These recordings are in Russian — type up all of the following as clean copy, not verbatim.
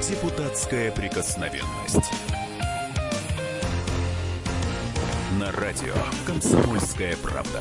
Депутатская прикосновенность. На радио «Комсомольская правда».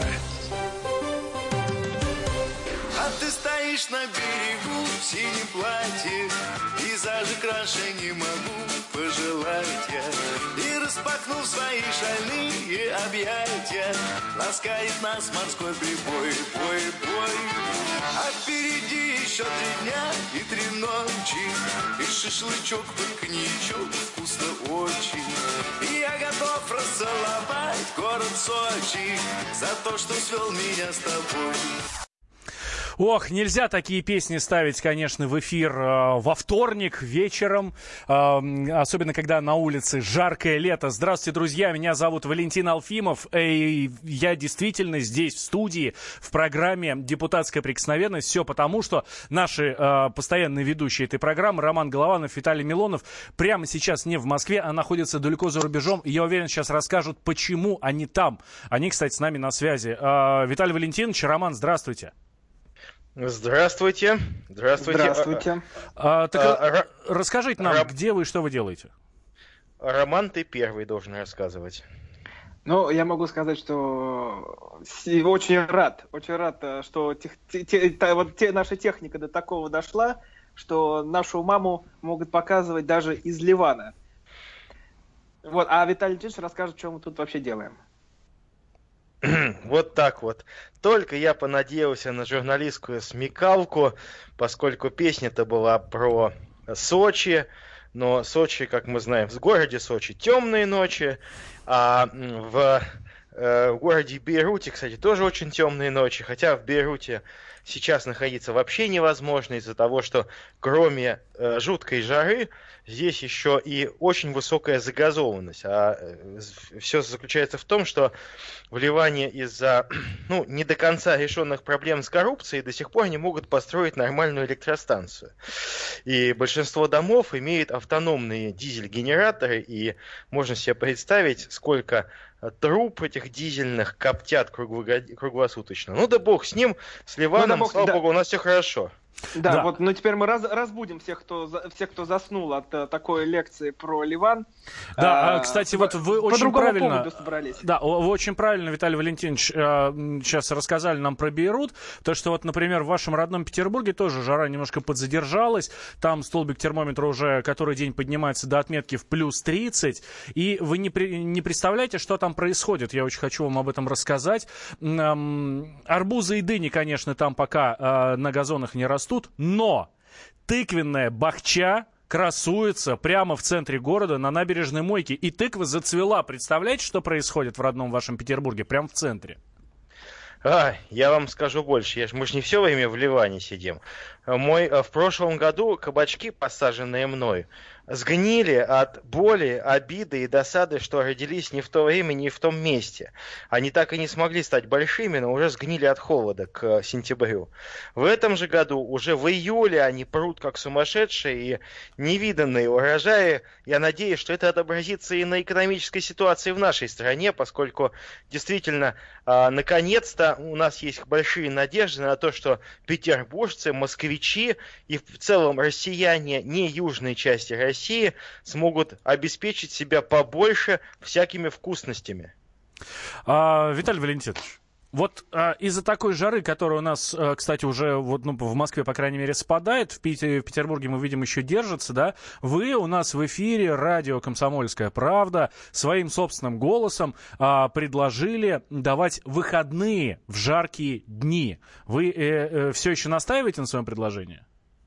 А ты стоишь на берегу в синем платье, пейзажи краше не могу пожелать я. И распахнув свои шальные объятия, ласкает нас морской прибой, бой, бой. А впереди еще 3 дня и 3 ночи, и шашлычок под коньячок вкусно очень. И я готов расцеловать город Сочи за то, что свел меня с тобой. Ох, нельзя такие песни ставить, конечно, в эфир во вторник вечером, особенно когда на улице жаркое лето. Здравствуйте, друзья, меня зовут Валентин Алфимов, и я действительно здесь, в студии, в программе «Депутатская прикосновенность». Все потому, что наши постоянные ведущие этой программы, Роман Голованов, Виталий Милонов, прямо сейчас не в Москве, а находятся далеко за рубежом. И я уверен, сейчас расскажут, почему они там. Они, кстати, с нами на связи. Виталий Валентинович, Роман, здравствуйте. Здравствуйте. Здравствуйте. Расскажите нам, где вы и что вы делаете? Роман, ты первый должен рассказывать. Ну, я могу сказать, что очень рад, что наша техника до такого дошла, что нашу маму могут показывать даже из Ливана. Вот, а Виталий Ильич расскажет, что мы тут вообще делаем. Вот так вот. Только я понадеялся на журналистскую смекалку, поскольку песня-то была про Сочи, но Сочи, как мы знаем, в городе Сочи темные ночи, а в городе Бейруте, кстати, тоже очень темные ночи, хотя в Бейруте сейчас находиться вообще невозможно из-за того, что кроме жуткой жары, здесь еще и очень высокая загазованность. А все заключается в том, что в Ливане из-за не до конца решенных проблем с коррупцией до сих пор не могут построить нормальную электростанцию. И большинство домов имеют автономные дизель-генераторы, и можно себе представить, сколько труб этих дизельных коптят круглосуточно. Ну да бог с ним, с Ливаном, слава богу, у нас все хорошо. Да, вот, ну теперь мы разбудим всех, кто заснул от такой лекции про Ливан. Да, кстати, вот вы очень правильно... Да, вы очень правильно, Виталий Валентинович, сейчас рассказали нам про Бейрут. То, что вот, например, в вашем родном Петербурге тоже жара немножко подзадержалась. Там столбик термометра уже который день поднимается до отметки в плюс 30. И вы не представляете, что там происходит. Я очень хочу вам об этом рассказать. Арбузы и дыни, конечно, там пока на газонах не растут. Но тыквенная бахча красуется прямо в центре города на набережной Мойке. И тыква зацвела. Представляете, что происходит в родном вашем Петербурге? Прямо в центре. Я вам скажу больше. Мы же не все время в Ливане сидим. В прошлом году кабачки, посаженные мной, сгнили от боли, обиды и досады, что родились не в то время, не в том месте. Они так и не смогли стать большими, но уже сгнили от холода к сентябрю. В этом же году, уже в июле, они прут как сумасшедшие, и невиданные урожаи. Я надеюсь, что это отобразится и на экономической ситуации в нашей стране, поскольку действительно, наконец-то у нас есть большие надежды на то, что петербуржцы, москвичи и в целом россияне не южной части России смогут обеспечить себя побольше всякими вкусностями. Виталий Валентинович, вот из-за такой жары, которая у нас, кстати, уже в Москве, по крайней мере, спадает, в Петербурге, мы видим, еще держится, да, вы у нас в эфире радио «Комсомольская правда» своим собственным голосом предложили давать выходные в жаркие дни. Вы все еще настаиваете на своем предложении?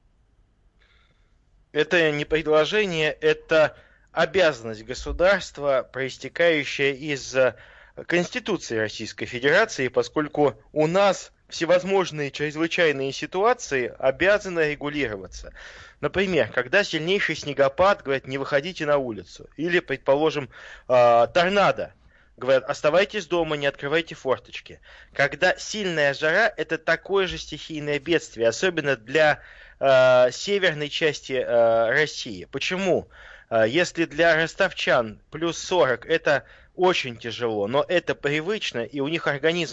Это не предложение, это обязанность государства, проистекающая из Конституции Российской Федерации, поскольку у нас всевозможные чрезвычайные ситуации обязаны регулироваться. Например, когда сильнейший снегопад, говорят, не выходите на улицу. Или, предположим, торнадо. Говорят, оставайтесь дома, не открывайте форточки. Когда сильная жара, это такое же стихийное бедствие, особенно для северной части России. Почему? Если для ростовчан плюс 40 это очень тяжело, но это привычно, и у них организм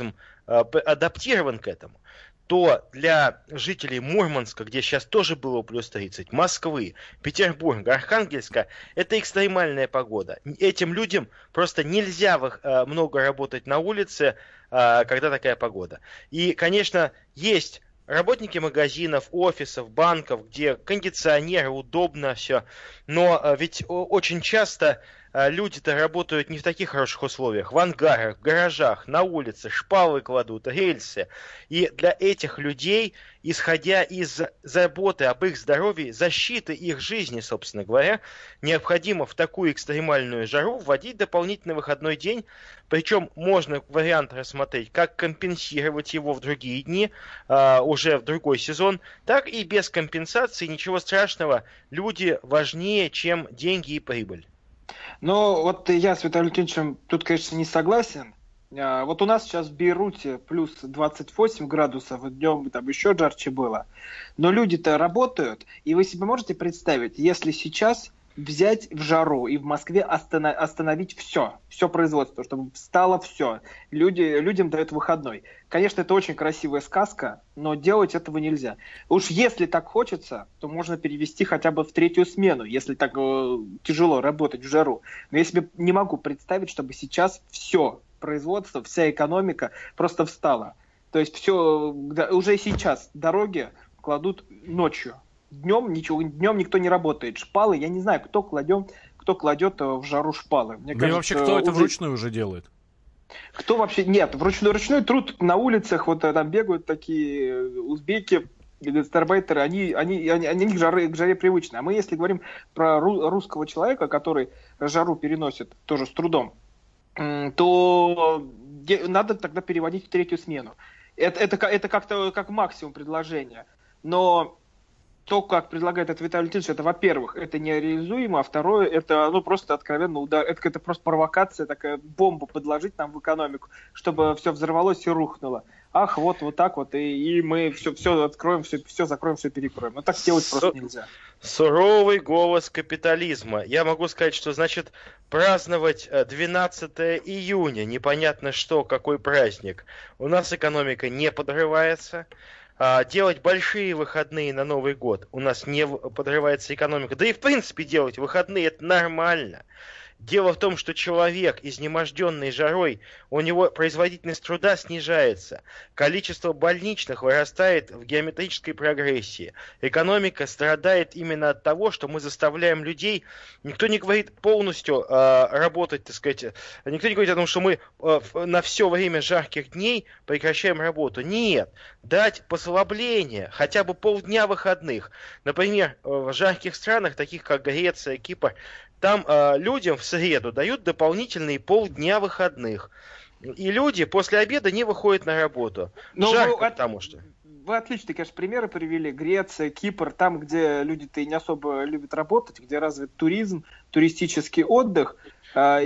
адаптирован к этому, то для жителей Мурманска, где сейчас тоже было плюс 30, Москвы, Петербурга, Архангельска, это экстремальная погода. Этим людям просто нельзя много работать на улице, когда такая погода. И, конечно, есть работники магазинов, офисов, банков, где кондиционеры, удобно все, но ведь очень часто люди-то работают не в таких хороших условиях, в ангарах, в гаражах, на улице, шпалы кладут, рельсы. И для этих людей, исходя из заботы об их здоровье, защиты их жизни, собственно говоря, необходимо в такую экстремальную жару вводить дополнительный выходной день. Причем можно вариант рассмотреть, как компенсировать его в другие дни, уже в другой сезон, так и без компенсации, ничего страшного. Люди важнее, чем деньги и прибыль. Но вот я с Виталием Леонидовичем тут, конечно, не согласен. Вот у нас сейчас в Бейруте плюс 28 градусов, днем там еще жарче было. Но люди-то работают, и вы себе можете представить, если сейчас взять в жару и в Москве остановить все производство, чтобы встало все. Людям дают выходной. Конечно, это очень красивая сказка, но делать этого нельзя. Уж если так хочется, то можно перевести хотя бы в 3-ю смену, если так тяжело работать в жару. Но я себе не могу представить, чтобы сейчас все производство, вся экономика просто встала. То есть все, уже сейчас дороги кладут ночью. Днем никто не работает. Шпалы, я не знаю, кто кладет в жару шпалы. Мне да кажется, и вообще, кто это вручную уже делает? Кто вообще? Нет, ручной труд на улицах, вот там бегают такие узбеки, гастарбайтеры, они к жаре привычны. А мы, если говорим про русского человека, который жару переносит тоже с трудом, то надо тогда переводить в 3-ю смену. Это как-то как максимум предложение. Но то, как предлагает это Виталий Леонидович, это, во-первых, это нереализуемо, а второе, это просто откровенно удар, это просто провокация, такая бомба подложить нам в экономику, чтобы все взорвалось и рухнуло. Ах, вот так вот, и мы все откроем, все закроем, все перекроем. Но так делать просто нельзя. Суровый голос капитализма. Я могу сказать, что значит праздновать 12 июня, непонятно что, какой праздник. У нас экономика не подрывается. Делать большие выходные на Новый год, у нас не подрывается экономика. Да и в принципе делать выходные это нормально. Дело в том, что человек, изнеможденный жарой, у него производительность труда снижается, количество больничных вырастает в геометрической прогрессии. Экономика страдает именно от того, что мы заставляем людей, никто не говорит полностью работать, так сказать, никто не говорит о том, что мы на все время жарких дней прекращаем работу. Нет, дать послабление, хотя бы полдня выходных. Например, в жарких странах, таких как Греция, Кипр, там людям в среду дают дополнительные полдня выходных. И люди после обеда не выходят на работу. Жарко, потому что... Вы отличные, конечно, примеры привели. Греция, Кипр, там, где люди-то и не особо любят работать, где развит туризм, туристический отдых. Там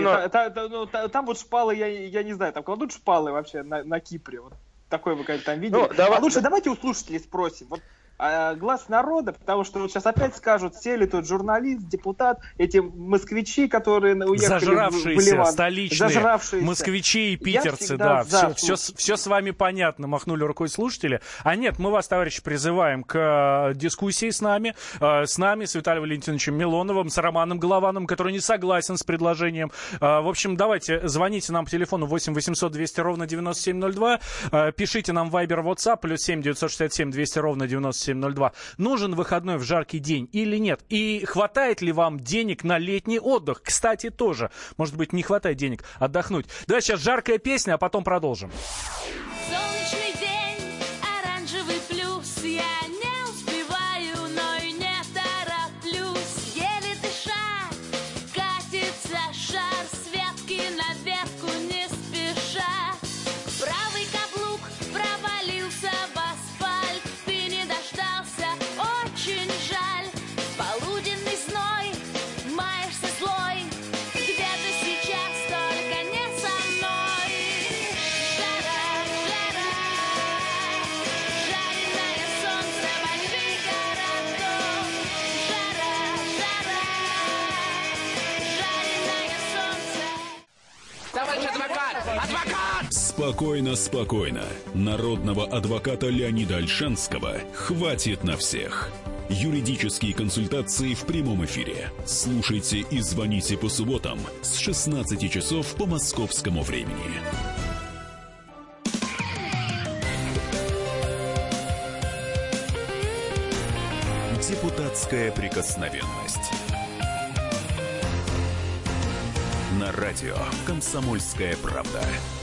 вот шпалы, я не знаю, там кладут шпалы вообще на Кипре. Вот такое вы, конечно, там видели. Давайте у слушателей спросим. Вот глаз народа, потому что вот сейчас опять скажут, сели тут журналист, депутат, эти москвичи, которые уехали зажравшиеся, в Ливан. Столичные, москвичи и питерцы, да, все с вами понятно, махнули рукой слушатели. А нет, мы вас, товарищи, призываем к дискуссии с нами, с Виталием Валентиновичем Милоновым, с Романом Голованом, который не согласен с предложением. В общем, давайте, звоните нам по телефону 8 800 200 ровно 9702, пишите нам в Viber, WhatsApp, +7 967 200 ровно 9702. Нужен выходной в жаркий день или нет? И хватает ли вам денег на летний отдых? Кстати, тоже. Может быть, не хватает денег отдохнуть. Давай сейчас жаркая песня, а потом продолжим. Солнечный день, оранжевый плюс. Я не успеваю, но и не тороплюсь. Еле дыша, катится шар с ветки на ветку не спеша. Правый каблук провалился в асфальт. Ты не дождался, очень жаль. Полуденный зной, маешься злой. Где ты сейчас, только не со мной. Жара, Спокойно, спокойно. Народного адвоката Леонида Ольшанского хватит на всех. Юридические консультации в прямом эфире. Слушайте и звоните по субботам с 16 часов по московскому времени. Депутатская прикосновенность. На радио «Комсомольская правда».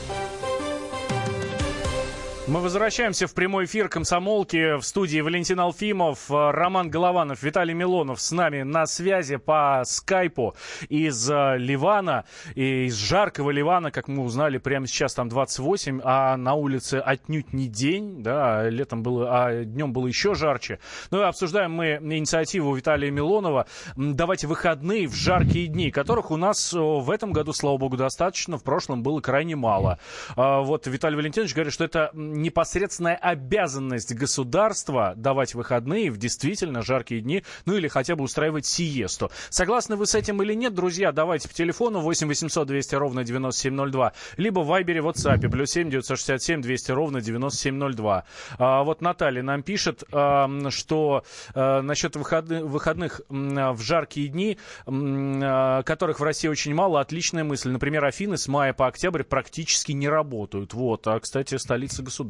Мы возвращаемся в прямой эфир «Комсомолки». В студии Валентин Алфимов, Роман Голованов, Виталий Милонов с нами на связи по скайпу из Ливана, из жаркого Ливана, как мы узнали, прямо сейчас там 28, а на улице отнюдь не день, да, летом было, а днем было еще жарче. Ну и обсуждаем мы инициативу Виталия Милонова «Давайте выходные в жаркие дни», которых у нас в этом году, слава богу, достаточно, в прошлом было крайне мало. Вот Виталий Валентинович говорит, что это непосредственная обязанность государства давать выходные в действительно жаркие дни, ну или хотя бы устраивать сиесту. Согласны вы с этим или нет, друзья? Давайте по телефону 8 800 200 ровно 9702, либо в Вайбере, WhatsApp, +7 967 200 ровно 9702. Вот Наталья нам пишет, что насчет выходных в жаркие дни, которых в России очень мало, отличная мысль. Например, Афины с мая по октябрь практически не работают. Вот, а, кстати, столица государства.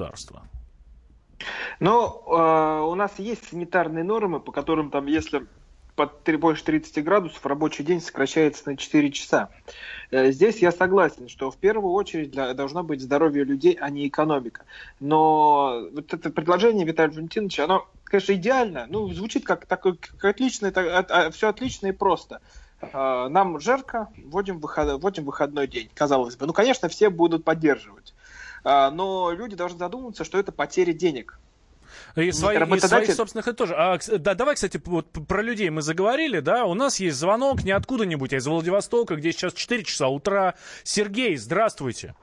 Но у нас есть санитарные нормы, по которым там, если больше 30 градусов, рабочий день сокращается на 4 часа. Здесь я согласен, что в первую очередь должно быть здоровье людей, а не экономика. Но вот это предложение Виталия Валентиновича, оно, конечно, идеально, ну, звучит как отлично, все отлично и просто. Нам жарко, вводим выходной день, казалось бы. Ну, конечно, все будут поддерживать. Но люди должны задуматься, что это потеря денег. И своих собственных это тоже. Да, давай, кстати, вот про людей мы заговорили, да, у нас есть звонок не откуда-нибудь, а из Владивостока, где сейчас 4 часа утра. Сергей, здравствуйте.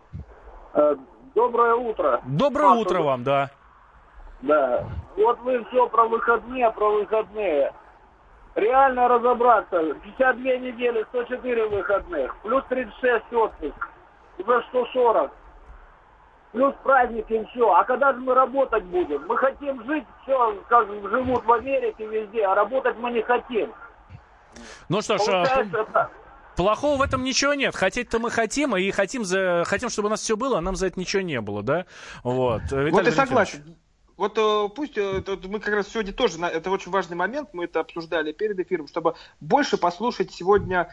Доброе утро. Доброе утро вам, да. Да, вот вы все про выходные. Реально разобраться, 52 недели, 104 выходных, плюс 36 отпуск, уже 140. Плюс праздники и все. А когда же мы работать будем? Мы хотим жить, все, как живут в Америке везде, а работать мы не хотим. Ну что ж, плохого в этом ничего нет. Хотеть-то мы хотим, и хотим, чтобы у нас все было, а нам за это ничего не было, да? Вот, вот я согласен. Вот пусть мы как раз сегодня тоже, это очень важный момент, мы это обсуждали перед эфиром, чтобы больше послушать сегодня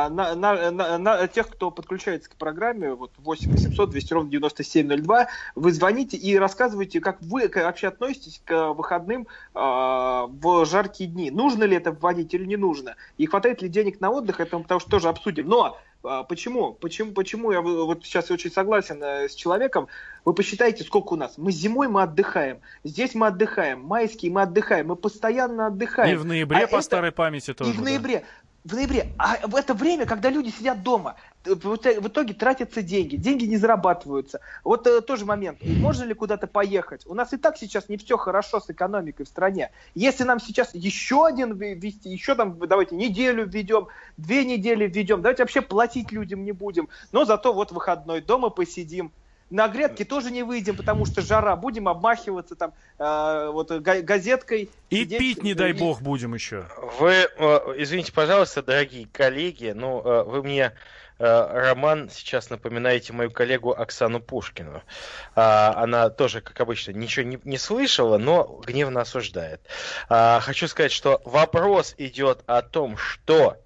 тех, кто подключается к программе, вот 8 800 200 ровно 9702, вы звоните и рассказывайте, как вы вообще относитесь к выходным в жаркие дни. Нужно ли это вводить или не нужно? И хватает ли денег на отдых, это мы потому что тоже обсудим. Но почему я вот сейчас очень согласен с человеком. Вы посчитайте, сколько у нас. Зимой мы отдыхаем, здесь мы отдыхаем, майские мы отдыхаем, мы постоянно отдыхаем. И в ноябре по старой памяти тоже. И в ноябре. В ноябре. А в это время, когда люди сидят дома, в итоге тратятся деньги. Деньги не зарабатываются. Вот тоже момент. Можно ли куда-то поехать? У нас и так сейчас не все хорошо с экономикой в стране. Если нам сейчас еще один ввести, еще там, давайте неделю введем, 2 недели введем, давайте вообще платить людям не будем. Но зато вот выходной, дома посидим. На грядке тоже не выйдем, потому что жара. Будем обмахиваться там газеткой. И сидеть, пить, не дай бог, будем еще. Вы, извините, пожалуйста, дорогие коллеги, вы мне, Роман, сейчас напоминаете мою коллегу Оксану Пушкину. Она тоже, как обычно, ничего не слышала, но гневно осуждает. Хочу сказать, что вопрос идет о том, что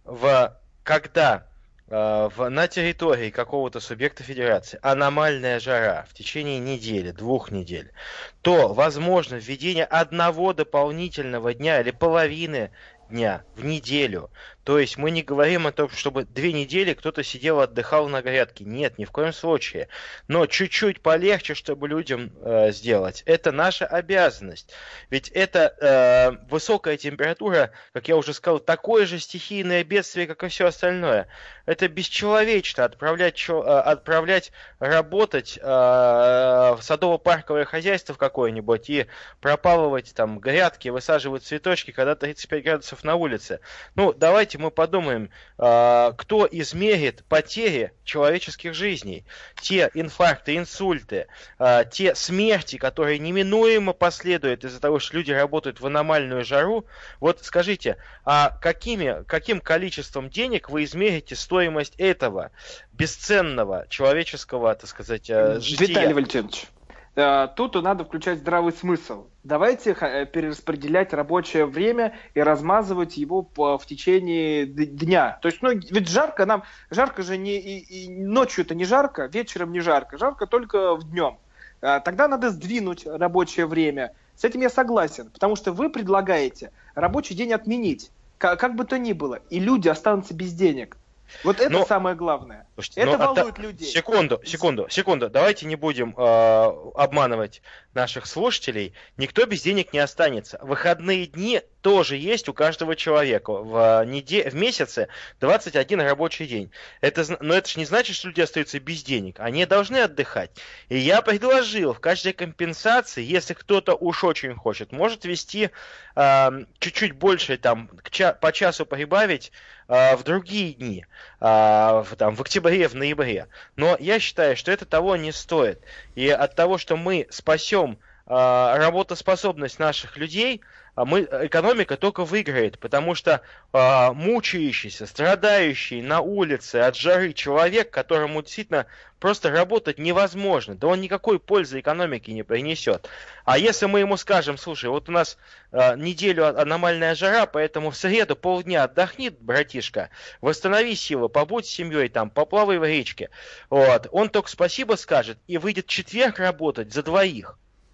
когда на территории какого-то субъекта федерации аномальная жара в течение недели, 2 недель, то возможно введение одного дополнительного дня или половины дня в неделю. То есть мы не говорим о том, чтобы 2 недели кто-то сидел, отдыхал на грядке. Нет, ни в коем случае. Но чуть-чуть полегче, чтобы людям сделать. Это наша обязанность. Ведь это высокая температура, как я уже сказал, такое же стихийное бедствие, как и все остальное. Это бесчеловечно отправлять работать в садово-парковое хозяйство какое-нибудь и пропалывать там грядки, высаживать цветочки, когда 35 градусов градусов на улице. Ну, давайте мы подумаем, кто измерит потери человеческих жизней, те инфаркты, инсульты, те смерти, которые неминуемо последуют из-за того, что люди работают в аномальную жару. Вот скажите, а каким количеством денег вы измерите стоимость этого бесценного человеческого, так сказать, жития? Виталий Валентинович, тут надо включать здравый смысл. Давайте перераспределять рабочее время и размазывать его в течение дня. То есть, ведь жарко же и ночью-то не жарко, вечером не жарко, жарко только днем. Тогда надо сдвинуть рабочее время. С этим я согласен, потому что вы предлагаете рабочий день отменить, как бы то ни было, и люди останутся без денег. Вот это самое главное. Слушайте, это волнует людей. Секунду. Давайте не будем обманывать наших слушателей. Никто без денег не останется. Выходные дни тоже есть у каждого человека. В месяце 21 рабочий день. Но это же не значит, что люди остаются без денег. Они должны отдыхать. И я предложил в каждой компенсации, если кто-то уж очень хочет, может вести чуть-чуть больше, по часу прибавить в другие дни, в октябре, в ноябре. Но я считаю, что это того не стоит. И от того, что мы спасем работоспособность наших людей, экономика только выиграет, потому что мучающийся, страдающий на улице от жары человек, которому действительно просто работать невозможно, да он никакой пользы экономике не принесет. А если мы ему скажем: слушай, вот у нас неделю аномальная жара, поэтому в среду полдня отдохни, братишка, восстанови силы, побудь с семьей, поплавай в речке, он только спасибо скажет и выйдет в четверг работать за двоих.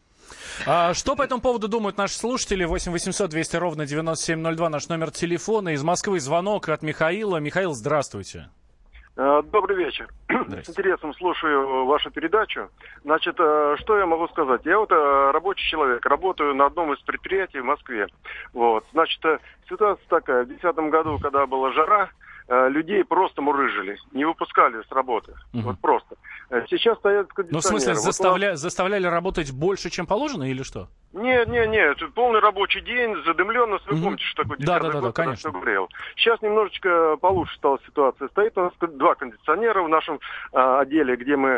Что по этому поводу думают наши слушатели? 8 800 200 ровно 9702 наш номер телефона. Из Москвы звонок от Михаила. Михаил, здравствуйте. Добрый вечер. С интересом слушаю вашу передачу. Значит, что я могу сказать? Я рабочий человек, работаю на одном из предприятий в Москве. Значит, ситуация такая. В 2010 году, когда была жара, людей просто мурыжили, не выпускали с работы. Просто. Сейчас стоят кондиционеры. В смысле, заставляли работать больше, чем положено, или что? Нет, полный рабочий день, задымленно, вы помните, что такое 10-й год, конечно. Говорил. Сейчас немножечко получше стала ситуация. Стоит у нас 2 кондиционера в нашем отделе, где мы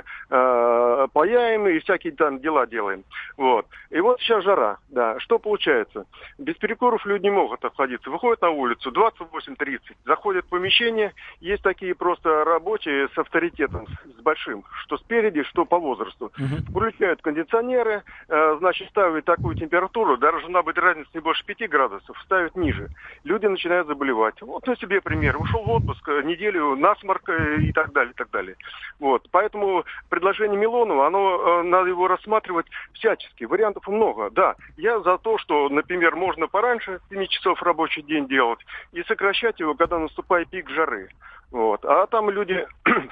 паяем и всякие дела делаем. И сейчас жара, да. Что получается? Без перекуров люди не могут обходиться. Выходят на улицу, 28-30, заходят в помещение, есть такие просто рабочие с авторитетом, с большим, что спереди, что по возрасту. Включают кондиционеры, ставят такую температуру, должна быть разница не больше 5 градусов, ставят ниже. Люди начинают заболевать. На себе пример. Ушел в отпуск, неделю насморк и так далее, и так далее. Поэтому предложение Милонова, надо его рассматривать всячески. Вариантов много. Да, я за то, что, например, можно пораньше 7 часов рабочий день делать и сокращать его, когда наступает пик жары. А там люди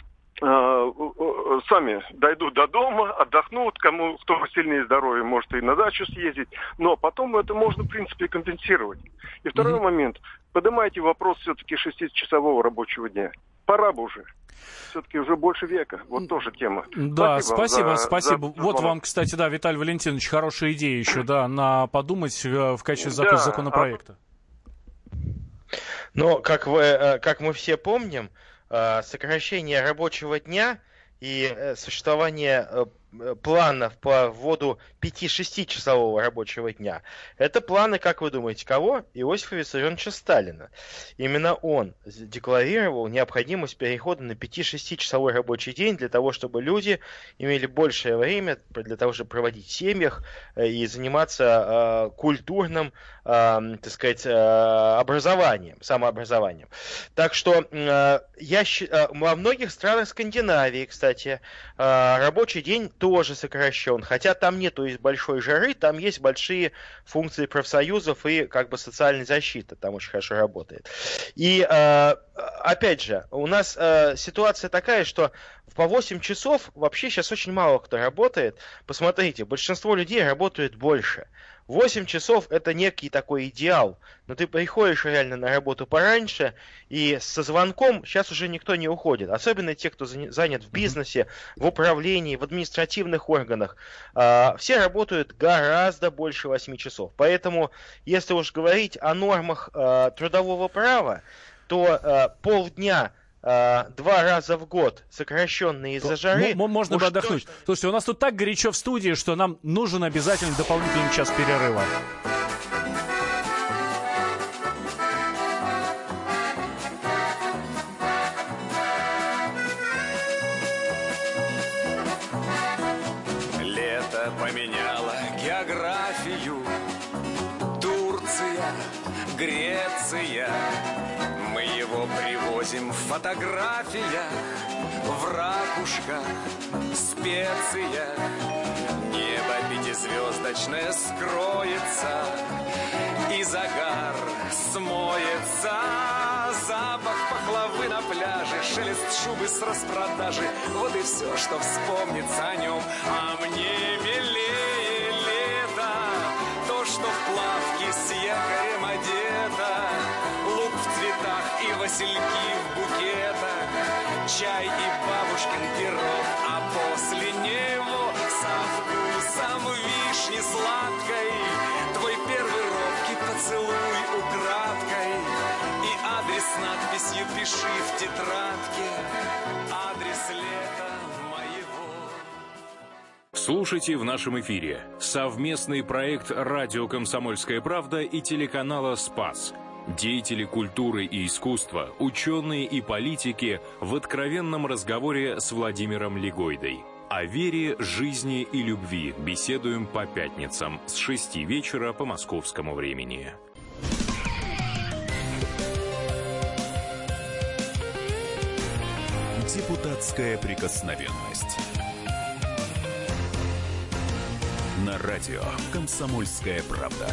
сами дойдут до дома, отдохнут, кто сильнее здоровья, может и на дачу съездить, но потом это можно, в принципе, компенсировать. И второй момент. Поднимайте вопрос все-таки 6-часового рабочего дня. Пора бы уже. Все-таки уже больше века. Тоже тема. Да, спасибо. Вам, кстати, Виталий Валентинович, хорошая идея еще, на подумать в качестве законопроекта. Но, как мы все помним, сокращение рабочего дня и существование планов по вводу 5-6-часового рабочего дня. Это планы, как вы думаете, кого? Иосифа Виссарионовича Сталина. Именно он декларировал необходимость перехода на 5-6-часовой рабочий день для того, чтобы люди имели большее время для того, чтобы проводить в семьях и заниматься культурным, образованием, самообразованием. Так что во многих странах Скандинавии, кстати, рабочий день тоже сокращен, хотя там нету большой жары, там есть большие функции профсоюзов и социальной защиты, там очень хорошо работает. И опять же, у нас ситуация такая, что по 8 часов вообще сейчас очень мало кто работает. Посмотрите, большинство людей работают больше. 8 часов это некий такой идеал, но ты приходишь реально на работу пораньше, и со звонком сейчас уже никто не уходит, особенно те, кто занят в бизнесе, в управлении, в административных органах. Все работают гораздо больше 8 часов, поэтому если уж говорить о нормах трудового права, то полдня 2 раза в год, сокращенные из-за жары... Можно бы отдохнуть. Точно... Слушайте, у нас тут так горячо в студии, что нам нужен обязательно дополнительный час перерыва. Лето поменяло географию. Турция, Греция. Мы его привозим в фотографиях, в ракушках, специях. Небо пятизвездочное скроется, и загар смоется. Запах пахлавы на пляже, шелест шубы с распродажи. Вот и все, что вспомнится о нем. А мне милее лето, то, что в плавке с якорем одето. Лук в цветах и васильки в букетах, чай и бабушкин пирог, а после него со вкусом вишни сладкой твой первый робкий поцелуй украдкой. И адрес с надписью пиши в тетрадке, адрес лета моего. Слушайте в нашем эфире совместный проект «Радио Комсомольская правда» и телеканала «Спас». Деятели культуры и искусства, ученые и политики в откровенном разговоре с Владимиром Легойдой. О вере, жизни и любви беседуем по пятницам с 6 вечера по московскому времени. Депутатская прикосновенность. На радио «Комсомольская правда».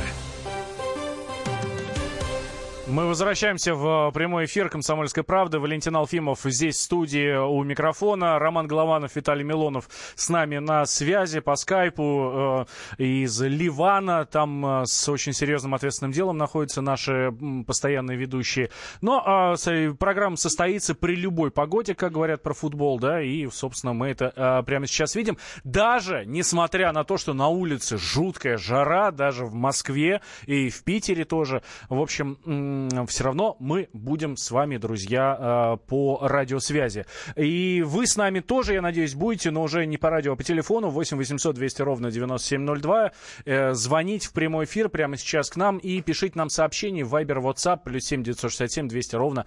Мы возвращаемся в прямой эфир «Комсомольской правды». Валентин Алфимов здесь в студии у микрофона. Роман Голованов, Виталий Милонов с нами на связи по скайпу из Ливана. Там с очень серьезным ответственным делом находятся наши постоянные ведущие. Но программа состоится при любой погоде, как говорят про футбол, да, и, собственно, мы это прямо сейчас видим. Даже несмотря на то, что на улице жуткая жара, даже в Москве и в Питере тоже, в общем... все равно мы будем с вами, друзья, по радиосвязи. И вы с нами тоже, я надеюсь, будете, но уже не по радио, а по телефону 8 800 200 ровно 9702. Звонить в прямой эфир прямо сейчас к нам и пишите нам сообщение в Viber, WhatsApp, +7 967 200 ровно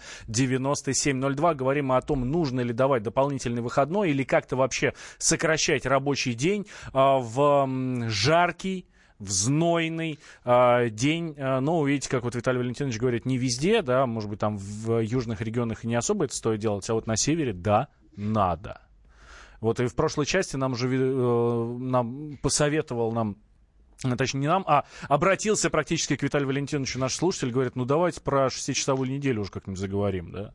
9702. Говорим мы о том, нужно ли давать дополнительный выходной или как-то вообще сокращать рабочий день в жаркий, в знойный день. Но видите, как вот Виталий Валентинович говорит, не везде, да, может быть, там в южных регионах не особо это стоит делать, а вот на севере, да, надо. Вот и в прошлой части нам уже нам посоветовал нам, точнее, не нам, а обратился практически к Виталию Валентиновичу наш слушатель, говорит, ну давайте про 6-часовую неделю уже как-нибудь заговорим, да?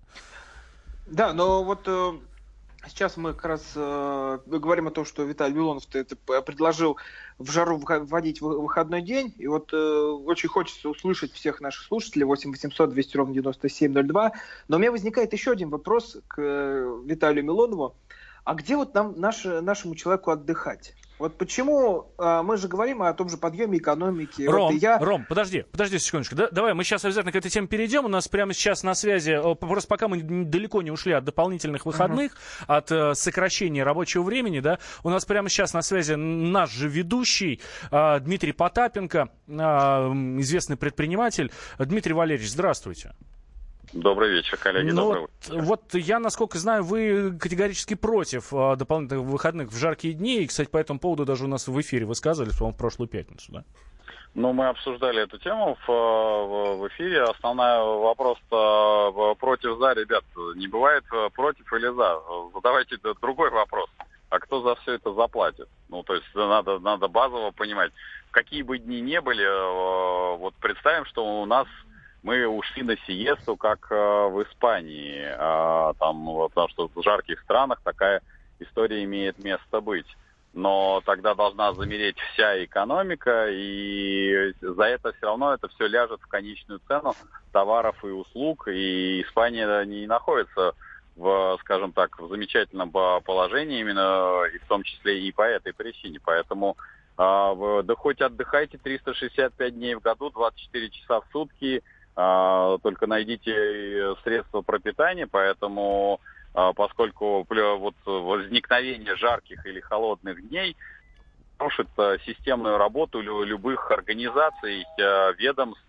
Да, но вот... Сейчас мы как раз говорим о том, что Виталий Милонов это предложил в жару вводить выходной день. И вот очень хочется услышать всех наших слушателей 8 800 200 ровно 9702. Но у меня возникает еще один вопрос к Виталию Милонову. А где вот нашему человеку отдыхать? Вот почему мы же говорим о том же подъеме экономики. Ром, подожди секундочку. Давай мы сейчас обязательно к этой теме перейдем. У нас прямо сейчас на связи, просто пока мы далеко не ушли от дополнительных выходных, от сокращения рабочего времени, да, у нас прямо сейчас на связи наш же ведущий Дмитрий Потапенко, известный предприниматель. Дмитрий Валерьевич, здравствуйте. Добрый вечер, коллеги. Добрый вечер. Вот я, насколько знаю, вы категорически против дополнительных выходных в жаркие дни. И, кстати, по этому поводу даже у нас в эфире высказывались, по-моему, в прошлую пятницу, да? Ну, мы обсуждали эту тему в эфире. Основной вопрос против-за, ребят. Не бывает против или за. Задавайте другой вопрос. А кто за все это заплатит? Ну, то есть надо базово понимать, какие бы дни не были. Вот представим, что у нас мы ушли на сиесту, как в Испании. Потому что в жарких странах такая история имеет место быть. Но тогда должна замереть вся экономика, и за это все равно это все ляжет в конечную цену товаров и услуг, и Испания не находится скажем так, в замечательном положении именно, и в том числе и по этой причине. Поэтому да хоть отдыхайте 365 дней в году, 24 часа в сутки, только найдите средства пропитания, поэтому поскольку вот возникновение жарких или холодных дней нарушит системную работу любых организаций, ведомств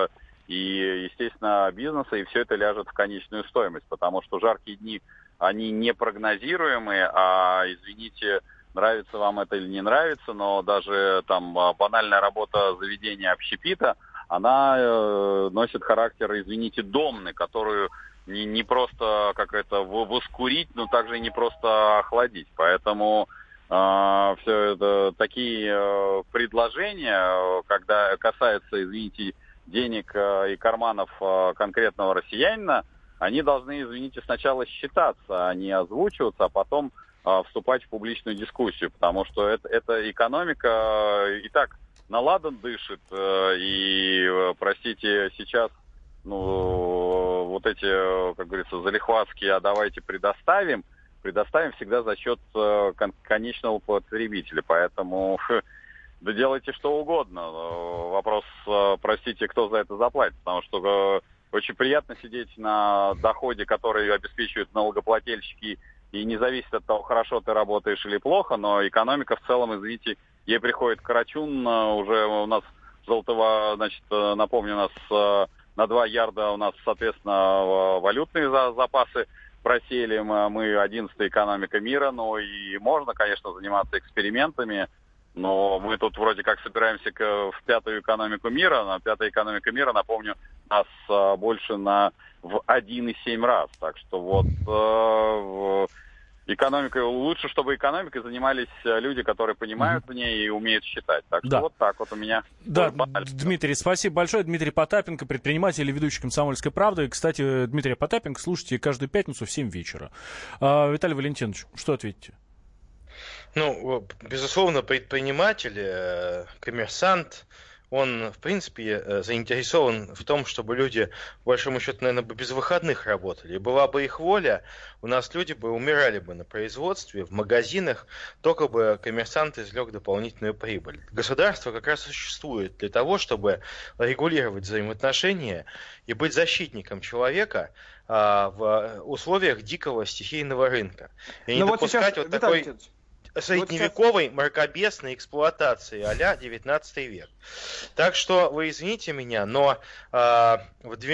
и, естественно, бизнеса, и все это ляжет в конечную стоимость, потому что жаркие дни, они непрогнозируемые, извините, нравится вам это или не нравится, но даже там банальная работа заведения общепита, она носит характер, извините, домны, которую не просто как это воскурить, но также и не просто охладить. Поэтому все это такие предложения, когда касается, извините, денег и карманов конкретного россиянина, они должны, извините, сначала считаться, а не озвучиваться, а потом вступать в публичную дискуссию, потому что эта экономика и так на ладан дышит, и, простите, сейчас, вот эти, как говорится, залихватские, а давайте предоставим всегда за счет конечного потребителя, поэтому да делайте что угодно. Вопрос, простите, кто за это заплатит, потому что очень приятно сидеть на доходе, который обеспечивают налогоплательщики, и не зависит от того, хорошо ты работаешь или плохо, но экономика в целом, извините, ей приходит карачун, уже у нас золотого, значит, напомню, у нас на 2 ярда у нас, соответственно, валютные запасы просели, мы 11-я экономика мира, и можно, конечно, заниматься экспериментами, но мы тут вроде как собираемся в 5-ю экономику мира, но 5-я экономика мира, напомню, нас больше в 1,7 раз. Так что вот экономикой, лучше, чтобы экономикой занимались люди, которые понимают в ней и умеют считать. Так что вот так вот у меня. Да, Дмитрий, спасибо большое. Дмитрий Потапенко, предприниматель и ведущий «Комсомольской правды». Кстати, Дмитрия Потапенко слушайте каждую пятницу в 7 вечера. Виталий Валентинович, что ответите? Безусловно, предприниматель, коммерсант, он, в принципе, заинтересован в том, чтобы люди, по большому счету, наверное, без выходных работали. И была бы их воля, у нас люди бы умирали бы на производстве, в магазинах, только бы коммерсант извлек дополнительную прибыль. Государство как раз существует для того, чтобы регулировать взаимоотношения и быть защитником человека в условиях дикого стихийного рынка. И не допускать вот такой средневековой мракобесной эксплуатации а-ля 19 век. Так что вы извините меня, но в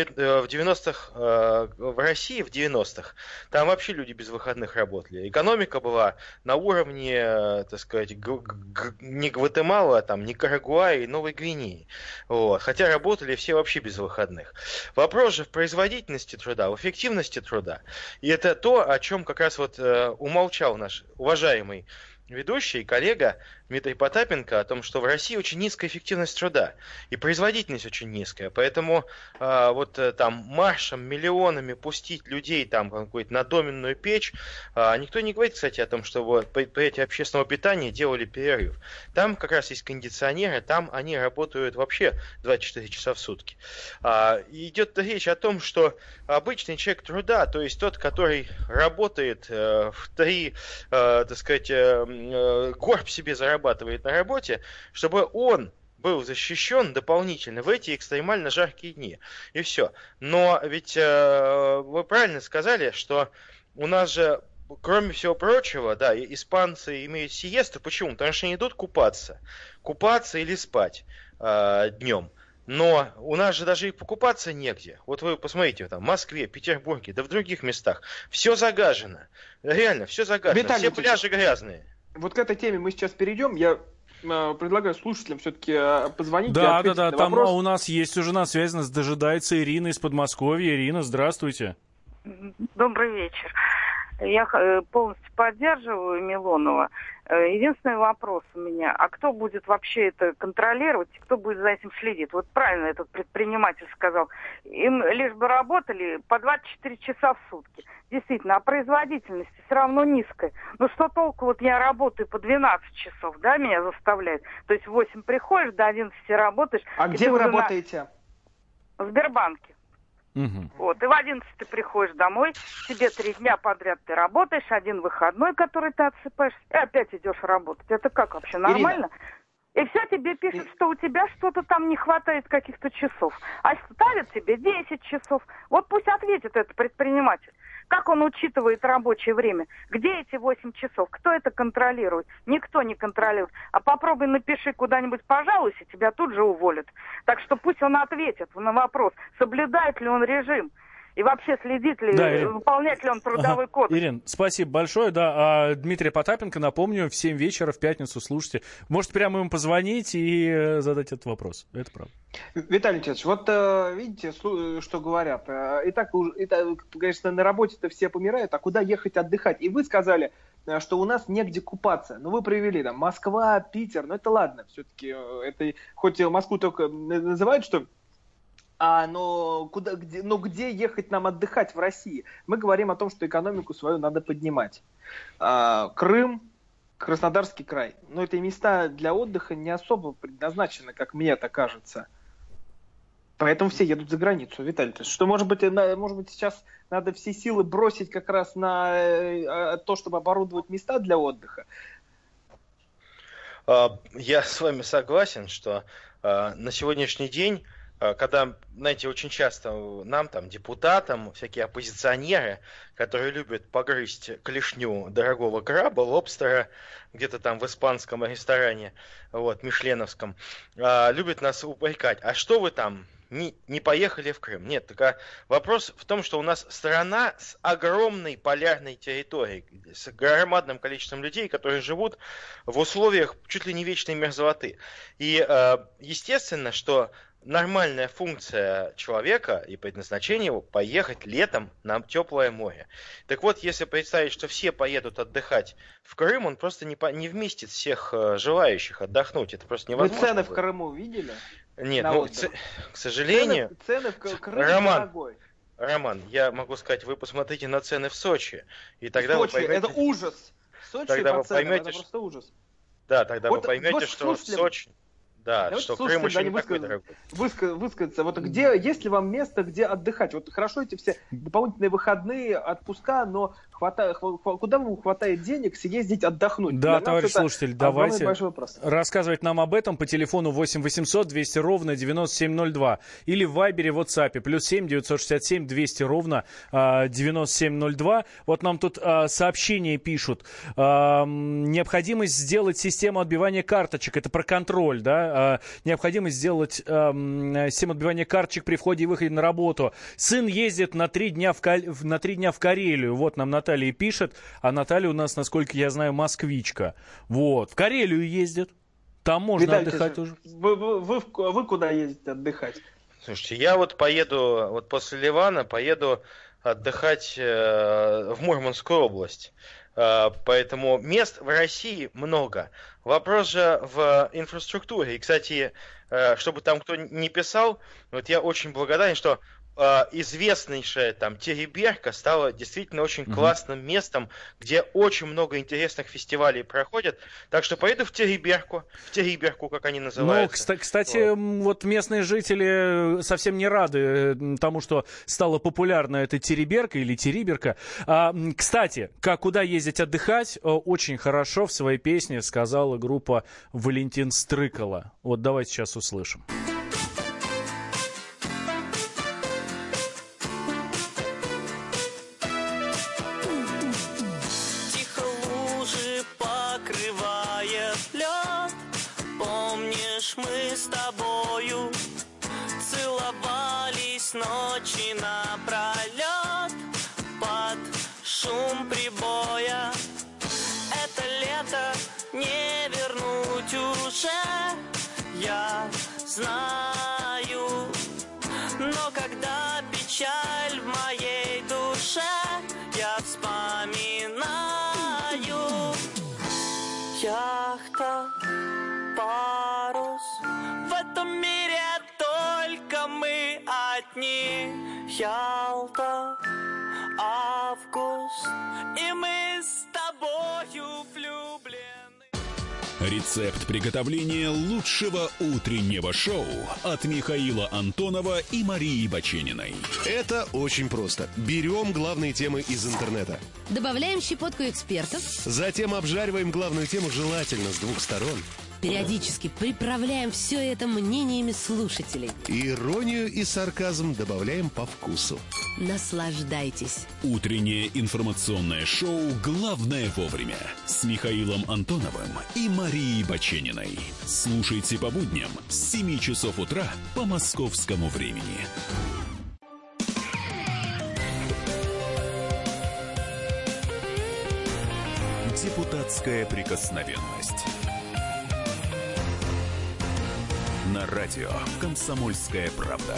90-х, в России в 90-х, там вообще люди без выходных работали. Экономика была на уровне, так сказать, не Гватемалы, а там Никарагуа и Новой Гвинеи. Вот. Хотя работали все вообще без выходных. Вопрос же в производительности труда, в эффективности труда. И это то, о чем как раз вот умолчал наш уважаемый ведущий, коллега Дмитрий Потапенко, о том, что в России очень низкая эффективность труда и производительность очень низкая. Поэтому там маршем, миллионами пустить людей там какую-то на доменную печь, никто не говорит, кстати, о том, что предприятия общественного питания делали перерыв. Там как раз есть кондиционеры, там они работают вообще 24 часа в сутки. Идет речь о том, что обычный человек труда, то есть тот, который работает в 3, так сказать, горб себе зарабатывает на работе, чтобы он был защищен дополнительно в эти экстремально жаркие дни. И все. Но ведь вы правильно сказали, что у нас же, кроме всего прочего, да, испанцы имеют сиесту. Почему? Потому что они идут купаться. Купаться или спать днем. Но у нас же даже и покупаться негде. Вот вы посмотрите, там, в Москве, Петербурге, да в других местах. Все загажено. Реально, все загажено. Виталий, все пляжи грязные. Вот к этой теме мы сейчас перейдем. Я предлагаю слушателям все-таки позвонить. Да, там у нас есть уже на связи, нас дожидается Ирина из Подмосковья. Ирина, здравствуйте. Добрый вечер. Я полностью поддерживаю Милонова. Единственный вопрос у меня, а кто будет вообще это контролировать, кто будет за этим следить? Вот правильно этот предприниматель сказал, им лишь бы работали по 24 часа в сутки. Действительно, а производительность все равно низкая. Ну что толку, вот я работаю по 12 часов, да, меня заставляют. То есть в 8 приходишь, до 11 работаешь. А где вы работаете? В Сбербанке. Вот, и в 11 ты приходишь домой, тебе 3 дня подряд ты работаешь, один выходной, который ты отсыпаешь, и опять идешь работать. Это как вообще, нормально? Ирина. И все тебе пишут, что у тебя что-то там не хватает каких-то часов. А ставят тебе 10 часов. Вот пусть ответит этот предприниматель. Как он учитывает рабочее время? Где эти 8 часов? Кто это контролирует? Никто не контролирует. А попробуй напиши куда-нибудь пожалуйся, тебя тут же уволят. Так что пусть он ответит на вопрос, соблюдает ли он режим. И вообще следит ли, выполняет ли он трудовой кодекс. Ирин, спасибо большое. Да, а Дмитрия Потапенко, напомню, в 7 вечера в пятницу слушайте. Можете прямо ему позвонить и задать этот вопрос. Это правда. Виталий Николаевич, вот видите, что говорят. И так, конечно, на работе-то все помирают, а куда ехать отдыхать? И вы сказали, что у нас негде купаться. Ну, вы привели там Москва, Питер, ну это ладно. Все-таки это хоть Москву только называют, что... но где ехать нам отдыхать в России? Мы говорим о том, что экономику свою надо поднимать. Крым, Краснодарский край. Но это места для отдыха не особо предназначены, как мне это кажется. Поэтому все едут за границу. Виталий, что может быть сейчас надо все силы бросить как раз на то, чтобы оборудовать места для отдыха? Я с вами согласен, что на сегодняшний день, когда, знаете, очень часто нам, там, депутатам, всякие оппозиционеры, которые любят погрызть клешню дорогого краба, лобстера, где-то там в испанском ресторане, вот, мишленовском, любят нас упрекать. А что вы там, не поехали в Крым? Нет, так вопрос в том, что у нас страна с огромной полярной территорией, с громадным количеством людей, которые живут в условиях чуть ли не вечной мерзлоты. И естественно, что нормальная функция человека и предназначение его поехать летом на теплое море. Так вот, если представить, что все поедут отдыхать в Крым, он просто не вместит всех желающих отдохнуть. Это просто невозможно. Вы цены в Крыму видели? Нет, к сожалению... Цены в Крыму Роман, я могу сказать, вы посмотрите на цены в Сочи. И тогда Сочи, вы поймете... это ужас. Сочи тогда по вы ценам, поймете, это просто ужас. Да, тогда вы поймете, что в Сочи... Да, что Крым еще не такой дорогой. Высказаться, вот есть ли вам место, где отдыхать? Вот хорошо эти все дополнительные выходные, отпуска, но куда вам хватает денег съездить отдохнуть? Да, товарищ слушатель, давайте рассказывать нам об этом по телефону 8 800 200 ровно 9702 или в Вайбере, в WhatsApp, +7 967 200 ровно 9702. Вот нам тут сообщения пишут. Необходимость сделать систему отбивания карточек, это про контроль, да? Необходимость сделать систему отбивания карточек при входе и выходе на работу. Сын ездит на 3 дня в Карелию. Вот нам Наталья пишет. А Наталья у нас, насколько я знаю, москвичка. Вот. В Карелию ездит. Там можно Виталий, отдыхать уже. Вы куда ездите отдыхать? Слушайте, я вот поеду, вот после Ливана поеду отдыхать в Мурманскую область. Поэтому мест в России много. Вопрос же в инфраструктуре. И, кстати, чтобы там кто не писал, вот я очень благодарен, что известнейшая там Териберка стала действительно очень классным местом, где очень много интересных фестивалей проходят. Так что поеду в Териберку, как они называются. Ну, кстати, вот местные жители совсем не рады тому, что стала популярна эта Териберка или Териберка. Кстати, куда ездить отдыхать, очень хорошо в своей песне сказала группа Валентин Стрыкало. Вот давайте сейчас услышим. Мы с тобою целовались ночи напролет под шум прибоя. Это лето не вернуть уже, я знаю. Но когда печаль в моей душе, я вспоминаю дни, Ялта, август, и мы с тобою влюблены. Рецепт приготовления лучшего утреннего шоу от Михаила Антонова и Марии Бачениной. Это очень просто. Берем главные темы из интернета. Добавляем щепотку экспертов. Затем обжариваем главную тему желательно с двух сторон. Периодически приправляем все это мнениями слушателей. Иронию и сарказм добавляем по вкусу. Наслаждайтесь. Утреннее информационное шоу «Главное вовремя» с Михаилом Антоновым и Марией Бачениной. Слушайте по будням с 7 часов утра по московскому времени. Депутатская прикосновенность. На радио «Комсомольская правда».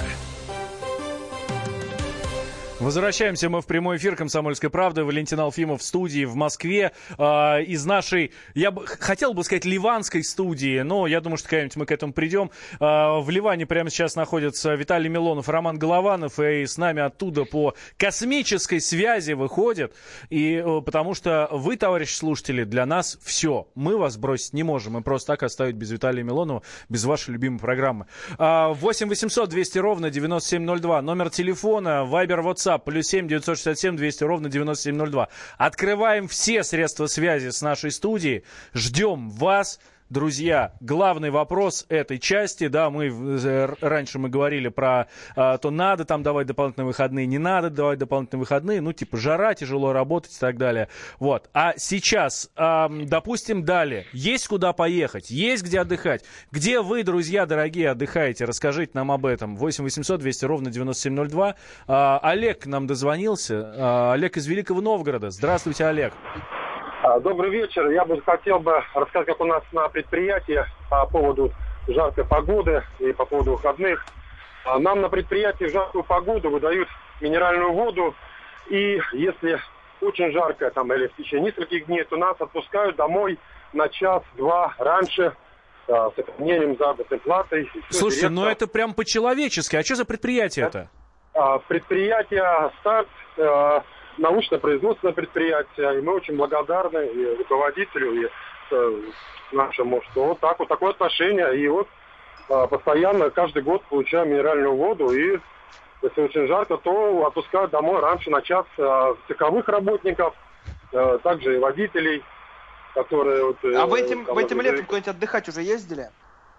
Возвращаемся мы в прямой эфир «Комсомольской правды». Валентин Алфимов в студии в Москве. Из нашей, хотел бы сказать, ливанской студии, но я думаю, что когда-нибудь мы к этому придем. В Ливане прямо сейчас находятся Виталий Милонов, Роман Голованов, и с нами оттуда по космической связи выходят. И потому что вы, товарищи слушатели, для нас все. Мы вас бросить не можем. Мы просто так оставить без Виталия Милонова, без вашей любимой программы. 8 800 200 ровно 9702. Номер телефона, Вайбер, WhatsApp. +7 967 200 ровно 9702. Открываем все средства связи с нашей студией. Ждем вас. Друзья, главный вопрос этой части, да, раньше мы говорили про то, надо там давать дополнительные выходные, не надо давать дополнительные выходные, ну, типа, жара, тяжело работать и так далее. Вот. А сейчас, допустим, далее, есть куда поехать, есть где отдыхать. Где вы, друзья дорогие, отдыхаете? Расскажите нам об этом. 8 800 200 ровно 9702. Олег нам дозвонился. Олег из Великого Новгорода. Здравствуйте, Олег. Добрый вечер. Я бы хотел рассказать, как у нас на предприятии по поводу жаркой погоды и по поводу выходных. Нам на предприятии в жаркую погоду выдают минеральную воду. И если очень жарко там, или в течение нескольких дней, то нас отпускают домой на час-два раньше с сохранением заработной платы. Слушайте, ну это прям по-человечески. А что за предприятие это? Предприятие «Старт», научно-производственное предприятие, и мы очень благодарны и руководителю, и нашему, что вот так вот такое отношение, и вот постоянно каждый год получаем минеральную воду, и если очень жарко, то отпускают домой раньше на час цеховых работников, также и водителей, которые... Вот, вы этим летом куда-нибудь отдыхать уже ездили?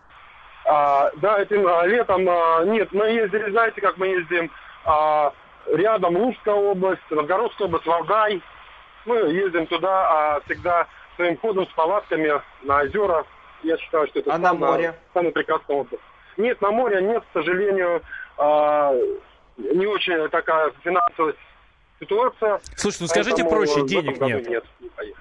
Да, этим летом нет, мы ездили, знаете, как мы ездим... Рядом Лужская область, Новгородская область, Валдай. Мы ездим туда всегда своим ходом с палатками на озера. Я считаю, что это на море? Самый прекрасный отдых. Нет, на море нет, к сожалению, не очень такая финансовая ситуация. Слушайте, ну скажите проще, денег нет. Нет, не поехали.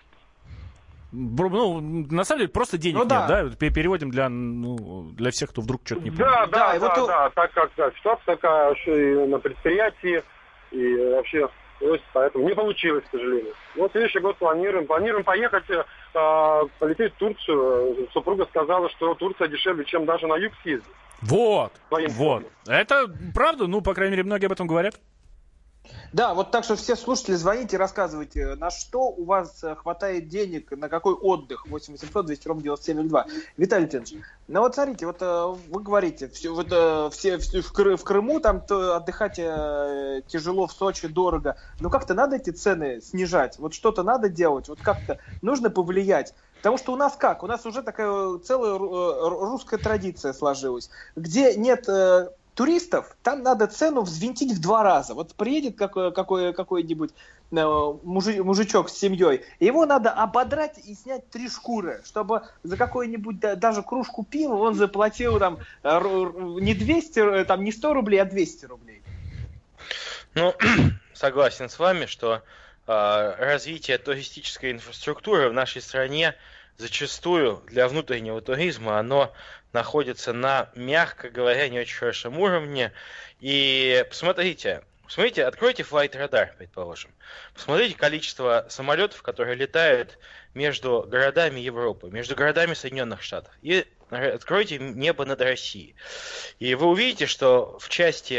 Ну, на самом деле, просто денег нет, да? Переводим для всех, кто вдруг что-то не понимает. Да, так как ситуация такая, что и на предприятии, и вообще, поэтому не получилось, к сожалению. Вот следующий год планируем поехать, полететь в Турцию. Супруга сказала, что Турция дешевле, чем даже на юг съездить. Вот. Это правда? Ну, по крайней мере, многие об этом говорят. Да, вот так что все слушатели, звоните, рассказывайте, на что у вас хватает денег, на какой отдых. 8 800 200 ровно 9702. Виталий Леонидович, ну вот смотрите, вот вы говорите, все в Крыму там отдыхать тяжело, в Сочи дорого. Но как-то надо эти цены снижать, вот что-то надо делать, вот как-то нужно повлиять. Потому что у нас как? У нас уже такая целая русская традиция сложилась, где нет... туристов, там надо цену взвинтить в 2 раза. Вот приедет какой-нибудь мужичок с семьей, его надо ободрать и снять 3 шкуры, чтобы за какую-нибудь даже кружку пива он заплатил там не 200, там не 100 рублей, а 200 рублей. Ну, согласен с вами, что развитие туристической инфраструктуры в нашей стране зачастую для внутреннего туризма оно находится на, мягко говоря, не очень хорошем уровне. И посмотрите, откройте Flight Radar, предположим. Посмотрите количество самолетов, которые летают между городами Европы, между городами Соединенных Штатов. И откройте небо над Россией. И вы увидите, что в части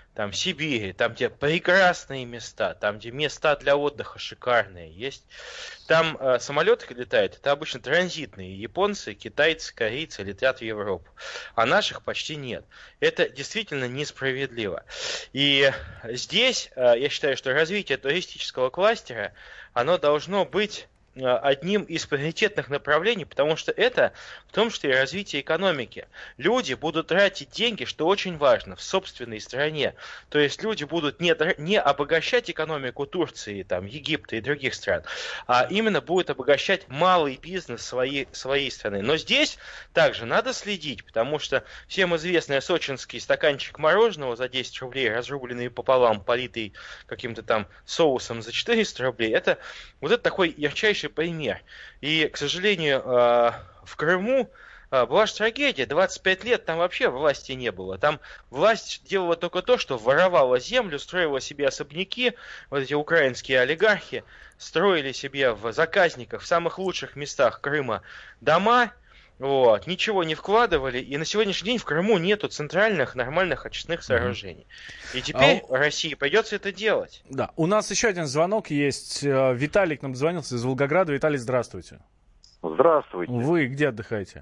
там Сибири, там, где прекрасные места, там, где места для отдыха шикарные есть, там самолеты летают, это обычно транзитные. Японцы, китайцы, корейцы летят в Европу, а наших почти нет. Это действительно несправедливо. И здесь я считаю, что развитие туристического кластера, оно должно быть одним из приоритетных направлений, потому что это в том числе и развитие экономики. Люди будут тратить деньги, что очень важно, в собственной стране. То есть люди будут не обогащать экономику Турции, там, Египта и других стран, а именно будут обогащать малый бизнес своей страны. Но здесь также надо следить, потому что всем известный сочинский стаканчик мороженого за 10 рублей, разрубленный пополам, политый каким-то там соусом за 400 рублей, это вот это такой ярчайший пример. И, к сожалению, в Крыму была же трагедия. 25 лет там вообще власти не было. Там власть делала только то, что воровала землю, строила себе особняки. Вот эти украинские олигархи строили себе в заказниках в самых лучших местах Крыма дома. Вот, ничего не вкладывали, и на сегодняшний день в Крыму нету центральных нормальных очистных сооружений. И теперь России придется это делать. Да, у нас еще один звонок есть. Виталий к нам дозвонился из Волгограда. Виталий, здравствуйте. Здравствуйте. Вы где отдыхаете?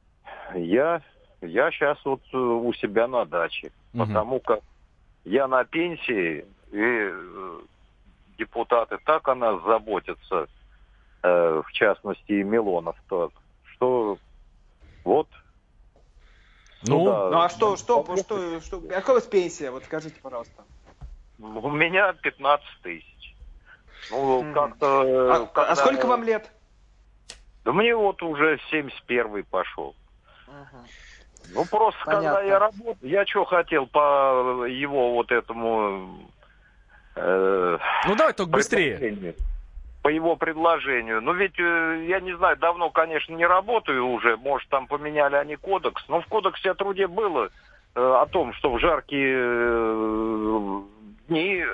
Я сейчас вот у себя на даче, потому как я на пенсии, и депутаты так о нас заботятся, в частности и Милонов, что вот. Ну а что, какая у вас пенсия? Вот скажите, пожалуйста. У меня 15 тысяч. Ну, как-то... А сколько вам лет? Да мне вот уже 71-й пошел. Ну, просто когда я работал, я что хотел по его вот этому... ну, давай только быстрее. По его предложению. Ну, ведь, я не знаю, давно, конечно, не работаю уже. Может, там поменяли они кодекс. Но в кодексе о труде было о том, что в жаркие дни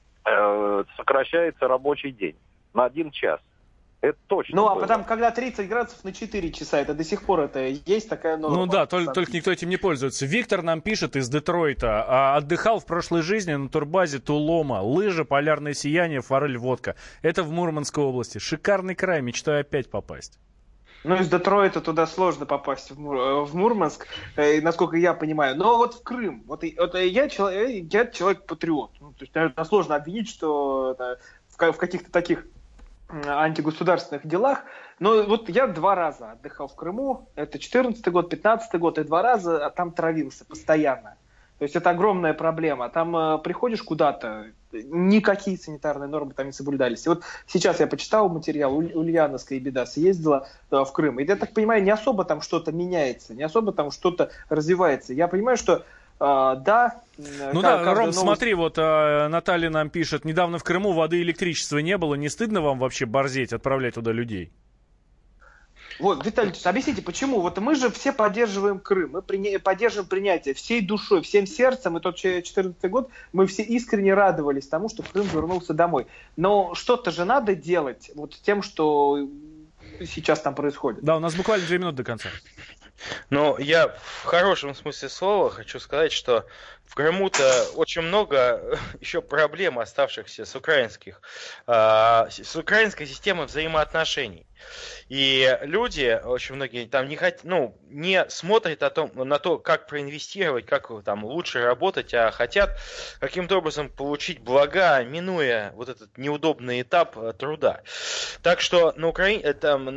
сокращается рабочий день на 1 час. Это точно. Ну, а потом, когда 30 градусов на 4 часа, это до сих пор это есть такая норма. Ну да, только никто этим не пользуется. Виктор нам пишет из Детройта. Отдыхал в прошлой жизни на турбазе Тулома. Лыжи, полярное сияние, форель, водка. Это в Мурманской области. Шикарный край, мечтаю опять попасть. Ну, из Детройта туда сложно попасть в Мурманск, насколько я понимаю. Но вот в Крым. Вот я человек-патриот. Ну, то есть, наверное, сложно обвинить, что в каких-то таких антигосударственных делах. Но вот я 2 раза отдыхал в Крыму. Это 14-й год, 15-й год. И 2 раза там травился постоянно. То есть это огромная проблема. Там приходишь куда-то, никакие санитарные нормы там не соблюдались. И вот сейчас я почитал материал, Ульяновская беда съездила в Крым. И я так понимаю, не особо там что-то меняется, не особо там что-то развивается. Я понимаю, что да. Ну да, Ром, новость... смотри, вот Наталья нам пишет, недавно в Крыму воды и электричества не было, не стыдно вам вообще борзеть, отправлять туда людей? Вот, Виталий, объясните, почему? Вот мы же все поддерживаем Крым, мы поддерживаем принятие всей душой, всем сердцем, и тот 14-й год мы все искренне радовались тому, что Крым вернулся домой. Но что-то же надо делать вот с тем, что сейчас там происходит. Да, у нас буквально 2 минуты до конца. Но я в хорошем смысле слова хочу сказать, что в Крыму-то очень много еще проблем, оставшихся с украинской системой взаимоотношений. И люди, очень многие там не смотрят на то, как проинвестировать, как там лучше работать, а хотят каким-то образом получить блага, минуя вот этот неудобный этап труда. Так что на Украине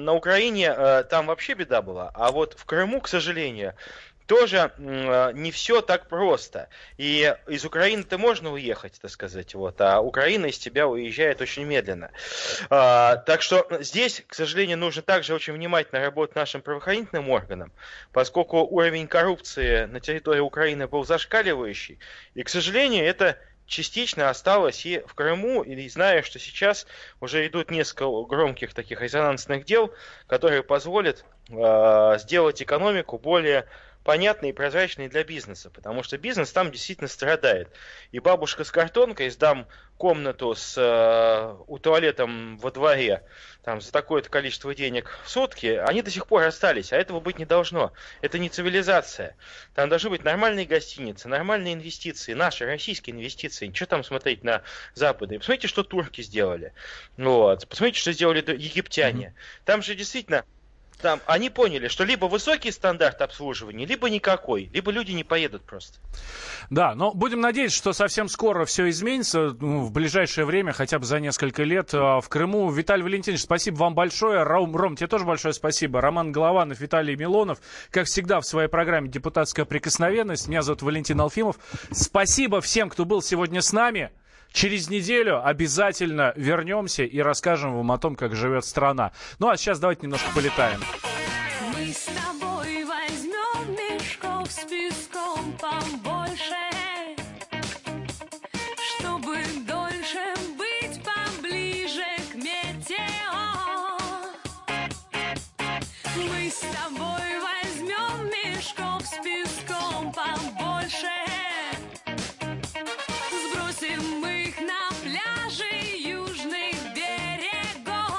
там вообще беда была, а вот в Крыму, к сожалению, тоже не все так просто. И из Украины-то можно уехать, так сказать, а Украина из тебя уезжает очень медленно. Так что здесь, к сожалению, нужно также очень внимательно работать нашим правоохранительным органам, поскольку уровень коррупции на территории Украины был зашкаливающий. И, к сожалению, это частично осталось и в Крыму, и знаю, что сейчас уже идут несколько громких таких резонансных дел, которые позволят сделать экономику более понятные и прозрачные для бизнеса, потому что бизнес там действительно страдает. И бабушка с картонкой, сдам комнату с туалетом во дворе там, за такое-то количество денег в сутки, они до сих пор остались, а этого быть не должно. Это не цивилизация. Там должны быть нормальные гостиницы, нормальные инвестиции, наши российские инвестиции. Ничего там смотреть на Запады. Посмотрите, что турки сделали. Вот. Посмотрите, что сделали египтяне. Там же действительно... Там они поняли, что либо высокий стандарт обслуживания, либо никакой, либо люди не поедут просто. Да, но будем надеяться, что совсем скоро все изменится, в ближайшее время, хотя бы за несколько лет в Крыму. Виталий Валентинович, спасибо вам большое. Ром, тебе тоже большое спасибо. Роман Голованов, Виталий Милонов, как всегда в своей программе «Депутатская прикосновенность». Меня зовут Валентин Алфимов. Спасибо всем, кто был сегодня с нами. Через неделю обязательно вернемся и расскажем вам о том, как живет страна. Ну а сейчас давайте немножко полетаем. Мы с тобой возьмем мешков с песком побольше, чтобы дольше быть поближе к метео. Мы с тобой возьмем мешков с песком побольше, сбросим их на пляжи южных берегов.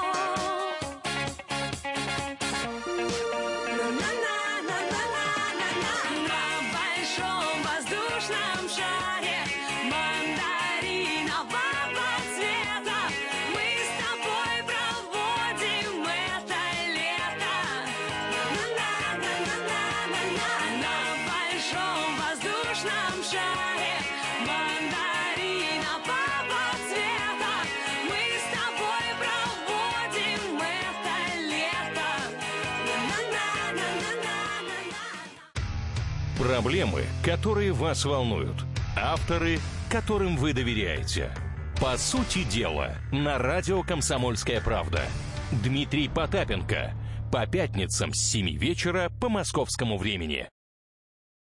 На большом воздушном шаре мандаринового цвета мы с тобой проводим это лето. На большом воздушном шаре мандаринового цвета мы с тобой проводим это лето. Проблемы, которые вас волнуют. Авторы, которым вы доверяете. По сути дела, на радио «Комсомольская правда». Дмитрий Потапенко. По пятницам с 7 вечера по московскому времени.